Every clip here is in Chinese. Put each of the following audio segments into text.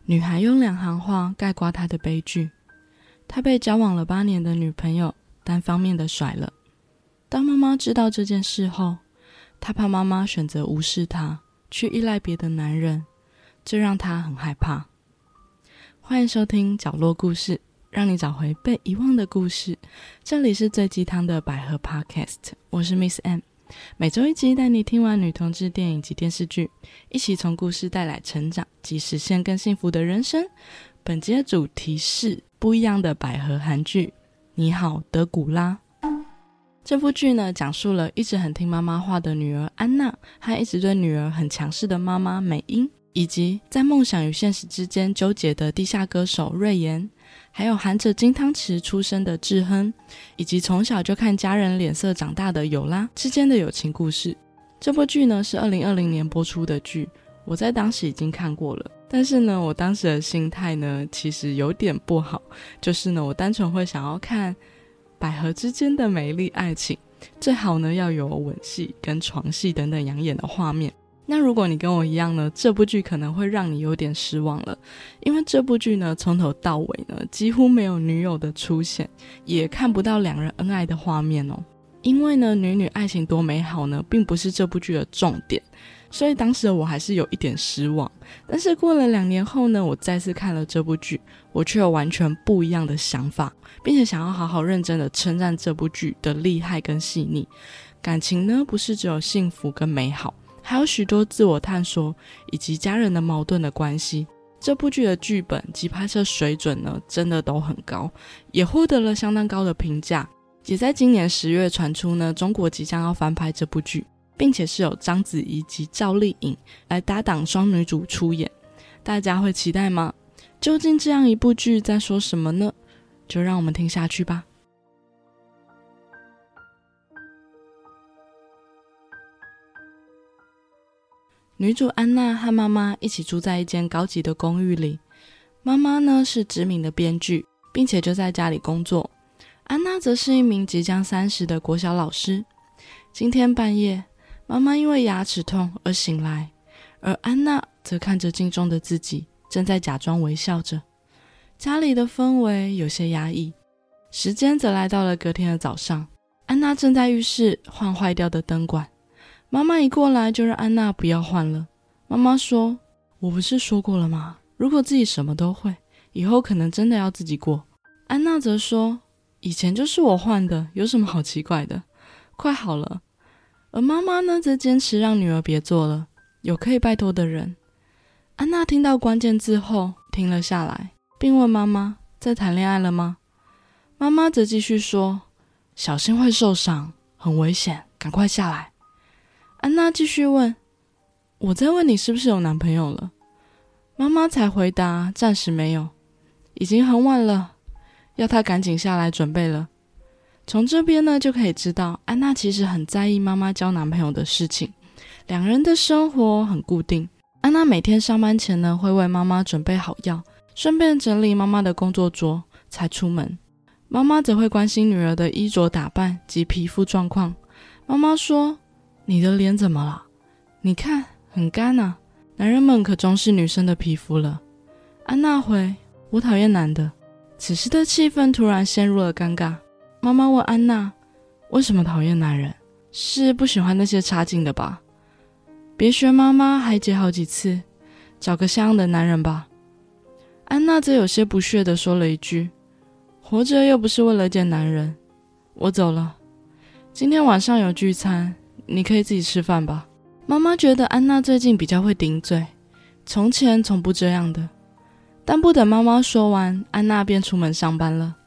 女孩用2行话概括她的悲剧。她被交往了8年的女朋友单方面的甩了。当妈妈知道这件事后，她怕妈妈选择无视她，去依赖别的男人，这让她很害怕。欢迎收听角落故事，让你找回被遗忘的故事。这里是最鸡汤的百合 Podcast， 我是 Miss M， 每周1集带你听完女同志电影及电视剧，一起从故事带来成长及实现更幸福的人生。本集的主题是不一样的百合韩剧你好德古拉。这部剧呢，讲述了一直很听妈妈话的女儿安娜，和一直对女儿很强势的妈妈美英，以及在梦想与现实之间纠结的地下歌手瑞妍，还有含着金汤匙出生的智亨，以及从小就看家人脸色长大的友拉之间的友情故事。这部剧呢是2020年播出的剧，我在当时已经看过了，但是呢我当时的心态呢其实有点不好，就是呢我单纯会想要看百合之间的美丽爱情，最好呢要有吻戏跟床戏等等养眼的画面。那如果你跟我一样呢，这部剧可能会让你有点失望了，因为这部剧呢从头到尾呢几乎没有女友的出现，也看不到2人恩爱的画面哦。因为呢女女爱情多美好呢并不是这部剧的重点，所以当时的我还是有一点失望。但是过了2年后呢，我再次看了这部剧，我却有完全不一样的想法，并且想要好好认真的称赞这部剧的厉害跟细腻。感情呢不是只有幸福跟美好，还有许多自我探索以及家人的矛盾的关系。这部剧的剧本及拍摄水准呢真的都很高，也获得了相当高的评价。也在今年10月传出呢，中国即将要翻拍这部剧，并且是由章子怡及赵丽颖来搭档双女主出演。大家会期待吗？究竟这样一部剧在说什么呢？就让我们听下去吧。女主安娜和妈妈一起住在一间高级的公寓里，妈妈呢是知名的编剧，并且就在家里工作。安娜则是一名即将30的国小老师。今天半夜，妈妈因为牙齿痛而醒来，而安娜则看着镜中的自己，正在假装微笑着。家里的氛围有些压抑。时间则来到了隔天的早上，安娜正在浴室换坏掉的灯管。妈妈一过来就让安娜不要换了。妈妈说，我不是说过了吗？如果自己什么都会，以后可能真的要自己过。安娜则说，以前就是我换的，有什么好奇怪的，快好了。而妈妈呢则坚持让女儿别做了，有可以拜托的人。安娜听到关键字后停了下来，并问妈妈，在谈恋爱了吗？妈妈则继续说，小心会受伤，很危险，赶快下来。安娜继续问，我在问你是不是有男朋友了？妈妈才回答，暂时没有，已经很晚了，要她赶紧下来准备了。从这边呢就可以知道，安娜其实很在意妈妈交男朋友的事情，2人的生活很固定。安娜每天上班前呢会为妈妈准备好药，顺便整理妈妈的工作桌才出门。妈妈则会关心女儿的衣着打扮及皮肤状况。妈妈说，你的脸怎么了？你看很干啊，男人们可重视女生的皮肤了。安娜回，我讨厌男的。此时的气氛突然陷入了尴尬。妈妈问安娜，为什么讨厌男人？是不喜欢那些差劲的吧？别学妈妈还结好几次，找个像样的男人吧。安娜则有些不屑地说了一句，活着又不是为了见男人。我走了，今天晚上有聚餐，你可以自己吃饭吧。妈妈觉得安娜最近比较会顶嘴，从前从不这样的。但不等妈妈说完，安娜便出门上班了。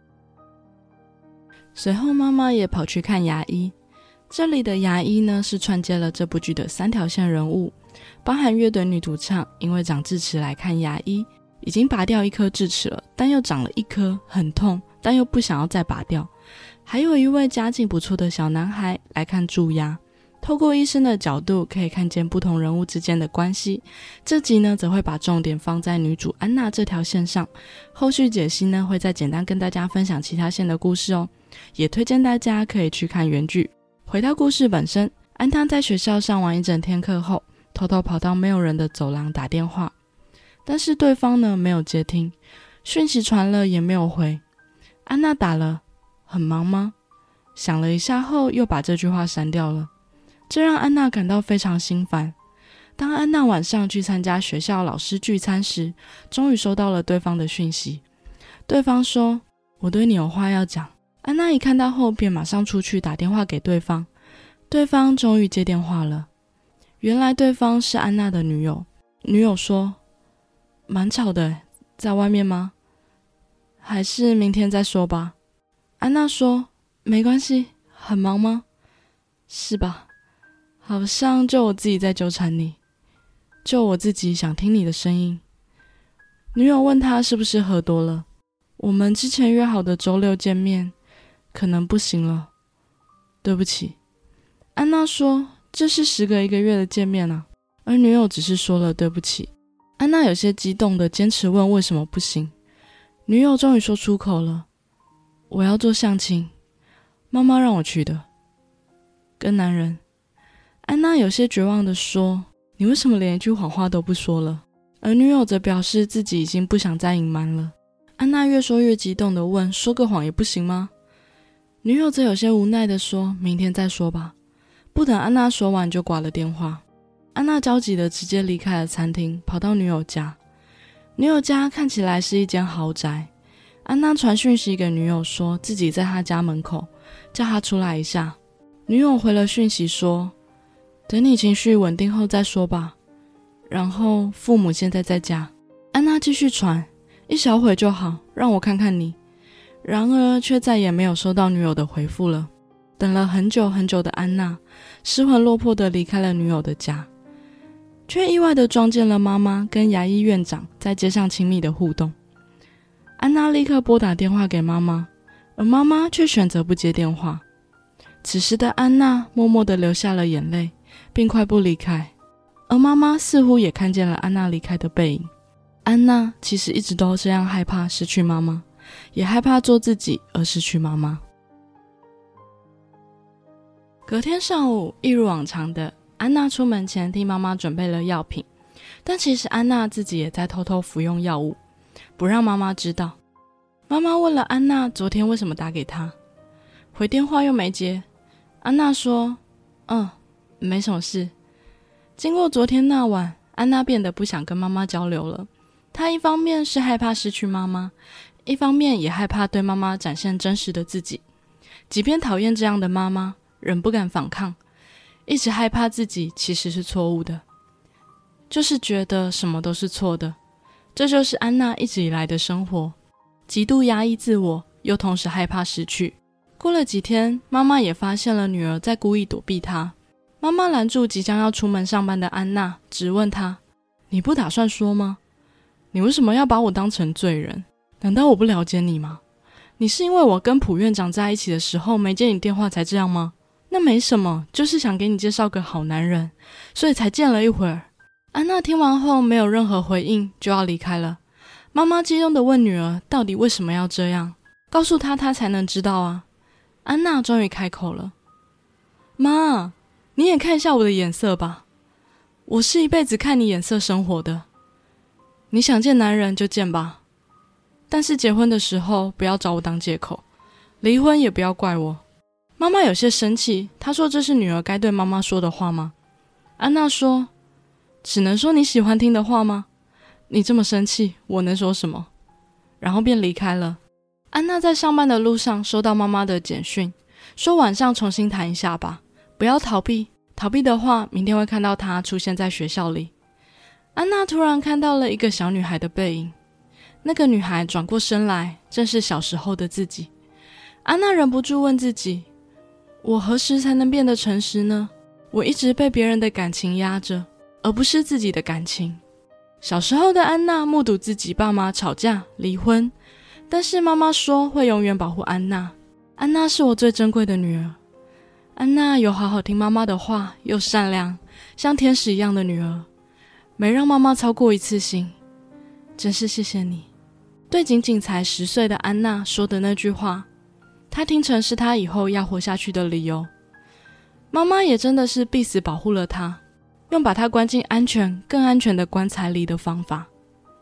随后妈妈也跑去看牙医。这里的牙医呢是串接了这部剧的3条线人物，包含乐队女主唱因为长智齿来看牙医，已经拔掉1颗智齿了，但又长了1颗，很痛，但又不想要再拔掉。还有一位家境不错的小男孩来看蛀牙。透过医生的角度可以看见不同人物之间的关系。这集呢则会把重点放在女主安娜这条线上，后续解析呢会再简单跟大家分享其他线的故事哦，也推荐大家可以去看原剧。回到故事本身，安娜在学校上完1整天课后，偷偷跑到没有人的走廊打电话。 但是对方呢没有接听，讯息传了也没有回。安娜打了，很忙吗？想了一下后又把这句话删掉了，这让安娜感到非常心烦。当安娜晚上去参加学校老师聚餐时，终于收到了对方的讯息。对方说，我对你有话要讲。安娜一看到后便马上出去打电话给对方，对方终于接电话了。原来对方是安娜的女友。女友说，蛮吵的，在外面吗？还是明天再说吧。安娜说，没关系，很忙吗？是吧？好像就我自己在纠缠你，就我自己想听你的声音。女友问他是不是喝多了，我们之前约好的周六见面，可能不行了，对不起。安娜说，这是时隔1个月的见面啊，而女友只是说了对不起。安娜有些激动的坚持问为什么不行。女友终于说出口了，我要做相亲，妈妈让我去的，跟男人。安娜有些绝望地说，你为什么连一句谎话都不说了？而女友则表示自己已经不想再隐瞒了。安娜越说越激动地问，说个谎也不行吗？女友则有些无奈地说，明天再说吧。不等安娜说完就挂了电话。安娜焦急地直接离开了餐厅，跑到女友家。女友家看起来是一间豪宅。安娜传讯息给女友说自己在她家门口，叫她出来一下。女友回了讯息说，等你情绪稳定后再说吧，然后父母现在在家。安娜继续传，一小会就好，让我看看你。然而却再也没有收到女友的回复了。等了很久很久的安娜失魂落魄地离开了女友的家，却意外地撞见了妈妈跟牙医院长在街上亲密的互动。安娜立刻拨打电话给妈妈，而妈妈却选择不接电话。此时的安娜默默地流下了眼泪，并快步离开，而妈妈似乎也看见了安娜离开的背影。安娜其实一直都这样害怕失去妈妈，也害怕做自己而失去妈妈。隔天上午，一如往常的，安娜出门前替妈妈准备了药品，但其实安娜自己也在偷偷服用药物，不让妈妈知道。妈妈问了安娜昨天为什么打给她，回电话又没接。安娜说，没什么事。经过昨天那晚，安娜变得不想跟妈妈交流了。她一方面是害怕失去妈妈，一方面也害怕对妈妈展现真实的自己。即便讨厌这样的妈妈，仍不敢反抗，一直害怕自己其实是错误的，就是觉得什么都是错的。这就是安娜一直以来的生活，极度压抑自我，又同时害怕失去。过了几天，妈妈也发现了女儿在故意躲避她。妈妈拦住即将要出门上班的安娜，质问她，你不打算说吗？你为什么要把我当成罪人？难道我不了解你吗？你是因为我跟普院长在一起的时候没接你电话才这样吗？那没什么，就是想给你介绍个好男人，所以才见了一会儿。安娜听完后没有任何回应，就要离开了。妈妈激动地问女儿到底为什么要这样，告诉她才能知道啊。安娜终于开口了，妈，你也看一下我的眼色吧，我是一辈子看你眼色生活的，你想见男人就见吧，但是结婚的时候不要找我当借口，离婚也不要怪我。妈妈有些生气，她说这是女儿该对妈妈说的话吗？安娜说，只能说你喜欢听的话吗？你这么生气，我能说什么？然后便离开了。安娜在上班的路上收到妈妈的简讯，说晚上重新谈一下吧，不要逃避，逃避的话明天会看到她出现在学校里。安娜突然看到了一个小女孩的背影，那个女孩转过身来，正是小时候的自己。安娜忍不住问自己，我何时才能变得诚实呢？我一直被别人的感情压着，而不是自己的感情。小时候的安娜目睹自己爸妈吵架离婚，但是妈妈说会永远保护安娜。安娜是我最珍贵的女儿。安娜有好好听妈妈的话，又善良，像天使一样的女儿，没让妈妈操过一次心，真是谢谢你。对仅仅才10岁的安娜说的那句话，她听成是她以后要活下去的理由。妈妈也真的是必死保护了她，用把她关进安全更安全的棺材里的方法。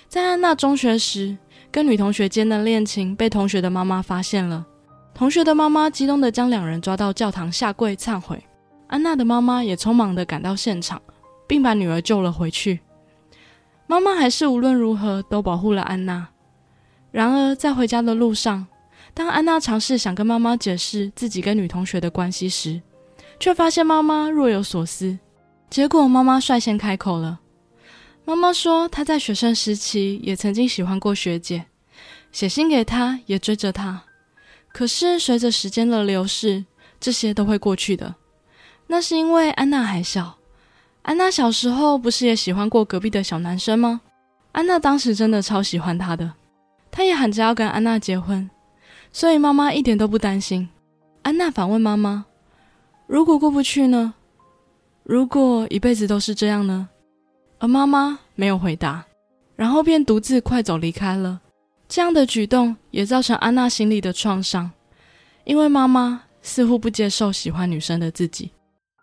在安娜中学时，跟女同学间的恋情被同学的妈妈发现了。同学的妈妈激动地将两人抓到教堂下跪忏悔。安娜的妈妈也匆忙地赶到现场，并把女儿救了回去。妈妈还是无论如何都保护了安娜。然而在回家的路上，当安娜尝试想跟妈妈解释自己跟女同学的关系时，却发现妈妈若有所思。结果妈妈率先开口了。妈妈说她在学生时期也曾经喜欢过学姐，写信给她，也追着她。可是随着时间的流逝，这些都会过去的。那是因为安娜还小。安娜小时候不是也喜欢过隔壁的小男生吗？安娜当时真的超喜欢他的，他也喊着要跟安娜结婚，所以妈妈一点都不担心。安娜反问妈妈，如果过不去呢？如果一辈子都是这样呢？而妈妈没有回答，然后便独自快走离开了。这样的举动也造成安娜心里的创伤，因为妈妈似乎不接受喜欢女生的自己。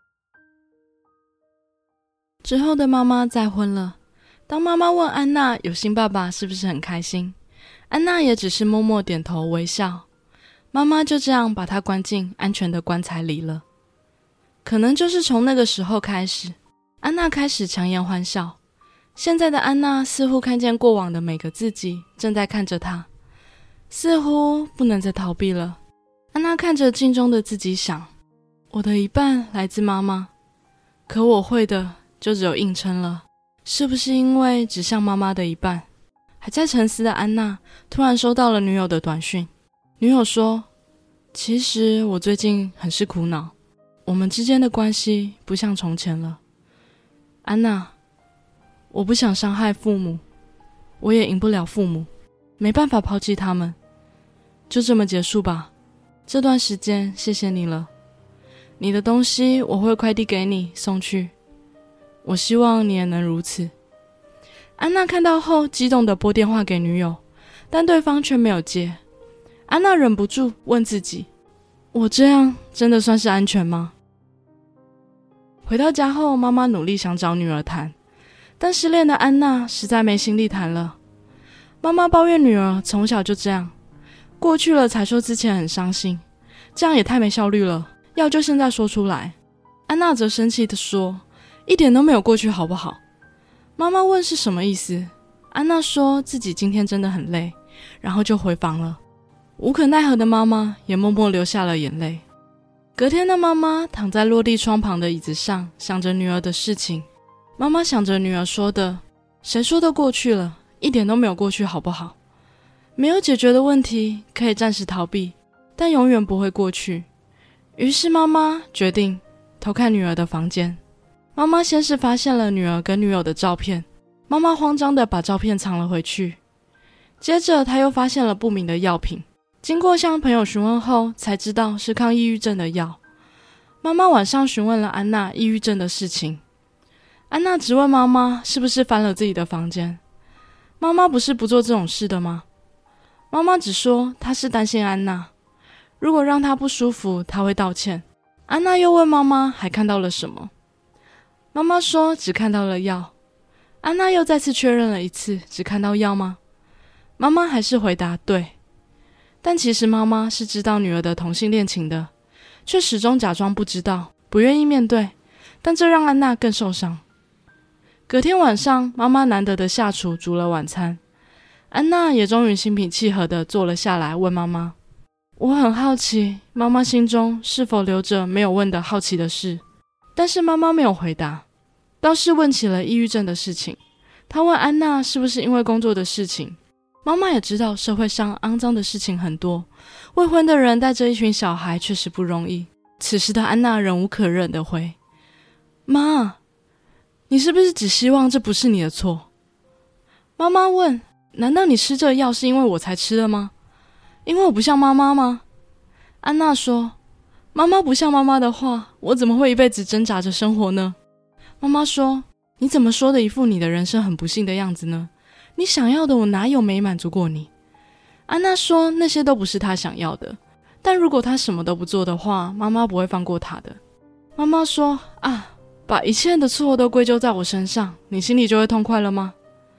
之后的妈妈再婚了，当妈妈问安娜有新爸爸是不是很开心，安娜也只是默默点头微笑。妈妈就这样把她关进安全的棺材里了。可能就是从那个时候开始，安娜开始强颜欢笑。现在的安娜似乎看见过往的每个自己正在看着她，似乎不能再逃避了。安娜看着镜中的自己想，我的一半来自妈妈，可我会的就只有硬撑了，是不是因为只像妈妈的一半？还在沉思的安娜突然收到了女友的短讯。女友说，其实我最近很是苦恼，我们之间的关系不像从前了。安娜，我不想伤害父母，我也赢不了父母，没办法抛弃他们，就这么结束吧。这段时间谢谢你了，你的东西我会快递给你送去，我希望你也能如此。安娜看到后激动地拨电话给女友，但对方却没有接。安娜忍不住问自己，我这样真的算是安全吗？回到家后，妈妈努力想找女儿谈，但失恋的安娜实在没心力谈了。妈妈抱怨女儿从小就这样，过去了才说之前很伤心，这样也太没效率了，要就现在说出来。安娜则生气地说，一点都没有过去好不好？妈妈问是什么意思，安娜说自己今天真的很累，然后就回房了。无可奈何的妈妈也默默流下了眼泪。隔天的妈妈躺在落地窗旁的椅子上，想着女儿的事情。妈妈想着女儿说的，谁说都过去了，一点都没有过去好不好？没有解决的问题可以暂时逃避，但永远不会过去。于是妈妈决定偷看女儿的房间。妈妈先是发现了女儿跟女友的照片，妈妈慌张地把照片藏了回去。接着她又发现了不明的药品，经过向朋友询问后才知道是抗抑郁症的药。妈妈晚上询问了安娜抑郁症的事情，安娜质问妈妈是不是翻了自己的房间。妈妈不是不做这种事的吗？妈妈只说她是担心安娜，如果让她不舒服她会道歉。安娜又问妈妈还看到了什么，妈妈说只看到了药。安娜又再次确认了一次，只看到药吗？妈妈还是回答对。但其实妈妈是知道女儿的同性恋情的，却始终假装不知道，不愿意面对，但这让安娜更受伤。隔天晚上，妈妈难得的下厨煮了晚餐，安娜也终于心平气和地坐了下来，问妈妈，我很好奇妈妈心中是否留着没有问的好奇的事。但是妈妈没有回答，倒是问起了抑郁症的事情。她问安娜是不是因为工作的事情。妈妈也知道社会上肮脏的事情很多，未婚的人带着一群小孩确实不容易。此时的安娜忍无可忍地回，妈，你是不是只希望这不是你的错？妈妈问，难道你吃这药是因为我才吃的吗？因为我不像妈妈吗？安娜说，妈妈不像妈妈的话，我怎么会一辈子挣扎着生活呢？妈妈说，你怎么说的一副你的人生很不幸的样子呢？你想要的我哪有没满足过你？安娜说，那些都不是她想要的，但如果她什么都不做的话，妈妈不会放过她的。妈妈说，把一切的错都归咎在我身上，你心里就会痛快了吗？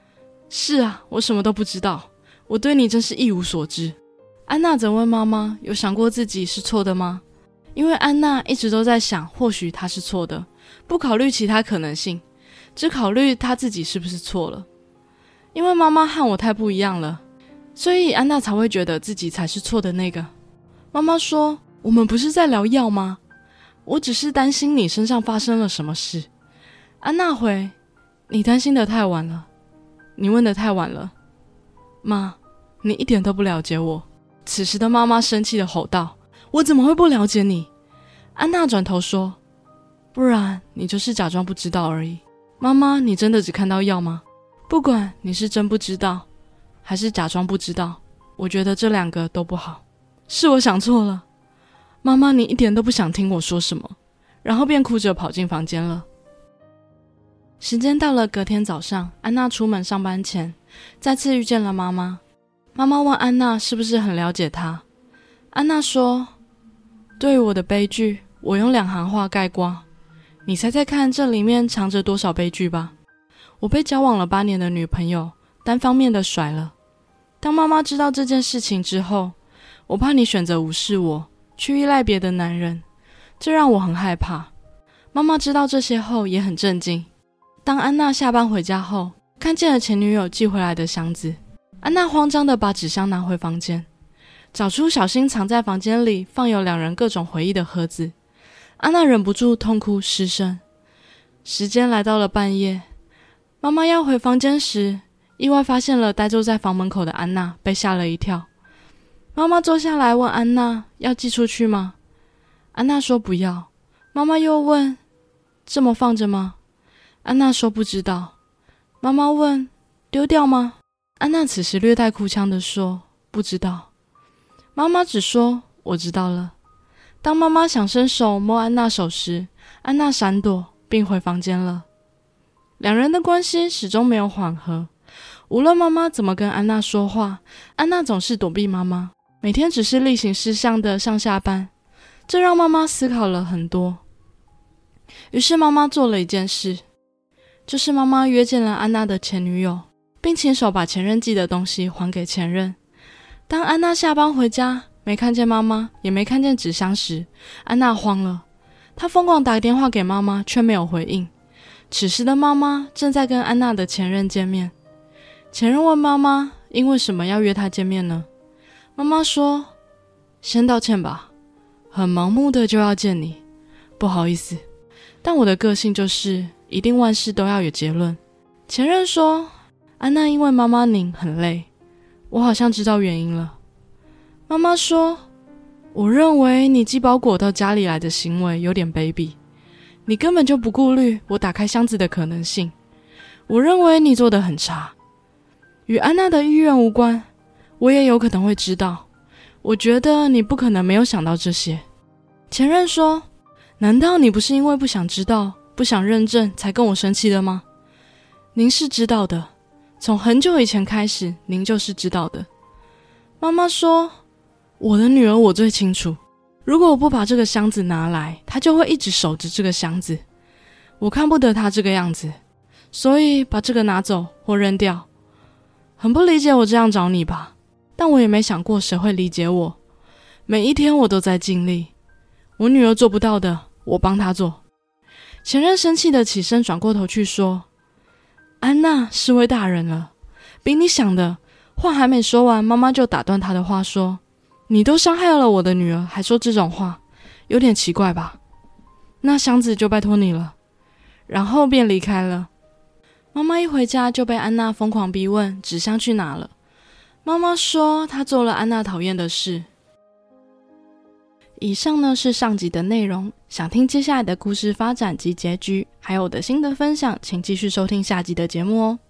是啊，我什么都不知道，我对你真是一无所知。安娜则问妈妈，有想过自己是错的吗？因为安娜一直都在想，或许她是错的，不考虑其他可能性，只考虑她自己是不是错了。因为妈妈和我太不一样了，所以安娜才会觉得自己才是错的那个。妈妈说，我们不是在聊药吗？我只是担心你身上发生了什么事。安娜回，你担心得太晚了，你问得太晚了。妈，你一点都不了解我。此时的妈妈生气地吼道，我怎么会不了解你？安娜转头说，不然你就是假装不知道而已。妈妈，你真的只看到药吗？不管你是真不知道还是假装不知道，我觉得这两个都不好。是我想错了。妈妈，你一点都不想听我说什么，然后便哭着跑进房间了。时间到了隔天早上，安娜出门上班前再次遇见了妈妈。妈妈问安娜是不是很了解她。安娜说，对于我的悲剧，我用2行话概括，你猜猜看这里面藏着多少悲剧吧。我被交往了8年的女朋友单方面的甩了。当妈妈知道这件事情之后，我怕你选择无视我，去依赖别的男人，这让我很害怕。妈妈知道这些后也很震惊。当安娜下班回家后，看见了前女友寄回来的箱子，安娜慌张地把纸箱拿回房间，找出小心藏在房间里放有2人各种回忆的盒子。安娜忍不住痛哭失声。时间来到了半夜，妈妈要回房间时，意外发现了呆坐在房门口的安娜，被吓了一跳。妈妈坐下来问安娜，要寄出去吗？安娜说不要。妈妈又问，这么放着吗？安娜说不知道。妈妈问，丢掉吗？安娜此时略带哭腔地说，不知道。妈妈只说，我知道了。当妈妈想伸手摸安娜手时，安娜闪躲并回房间了。2人的关系始终没有缓和，无论妈妈怎么跟安娜说话，安娜总是躲避妈妈，每天只是例行事项的上下班，这让妈妈思考了很多。于是妈妈做了一件事，就是妈妈约见了安娜的前女友，并亲手把前任寄的东西还给前任。当安娜下班回家，没看见妈妈，也没看见纸箱时，安娜慌了。她疯狂打电话给妈妈，却没有回应。此时的妈妈正在跟安娜的前任见面。前任问妈妈，因为什么要约她见面呢？妈妈说，先道歉吧，很盲目的就要见你，不好意思，但我的个性就是一定万事都要有结论。前任说，安娜因为妈妈您很累，我好像知道原因了。妈妈说，我认为你寄包裹到家里来的行为有点卑鄙，你根本就不顾虑我打开箱子的可能性，我认为你做得很差。与安娜的意愿无关，我也有可能会知道，我觉得你不可能没有想到这些。前任说，难道你不是因为不想知道，不想认证才跟我生气的吗？您是知道的，从很久以前开始，您就是知道的。妈妈说，我的女儿我最清楚，如果我不把这个箱子拿来，她就会一直守着这个箱子，我看不得她这个样子，所以把这个拿走或扔掉。很不理解我这样找你吧，但我也没想过谁会理解我。每一天我都在尽力，我女儿做不到的，我帮她做。前任生气的起身转过头去说，安娜是位大人了，比你想的。话还没说完，妈妈就打断她的话说，你都伤害了我的女儿，还说这种话，有点奇怪吧？那箱子就拜托你了。然后便离开了。妈妈一回家就被安娜疯狂逼问纸箱去哪了。妈妈说她做了安娜讨厌的事。以上呢是上集的内容，想听接下来的故事发展及结局，还有我的心得分享，请继续收听下集的节目哦。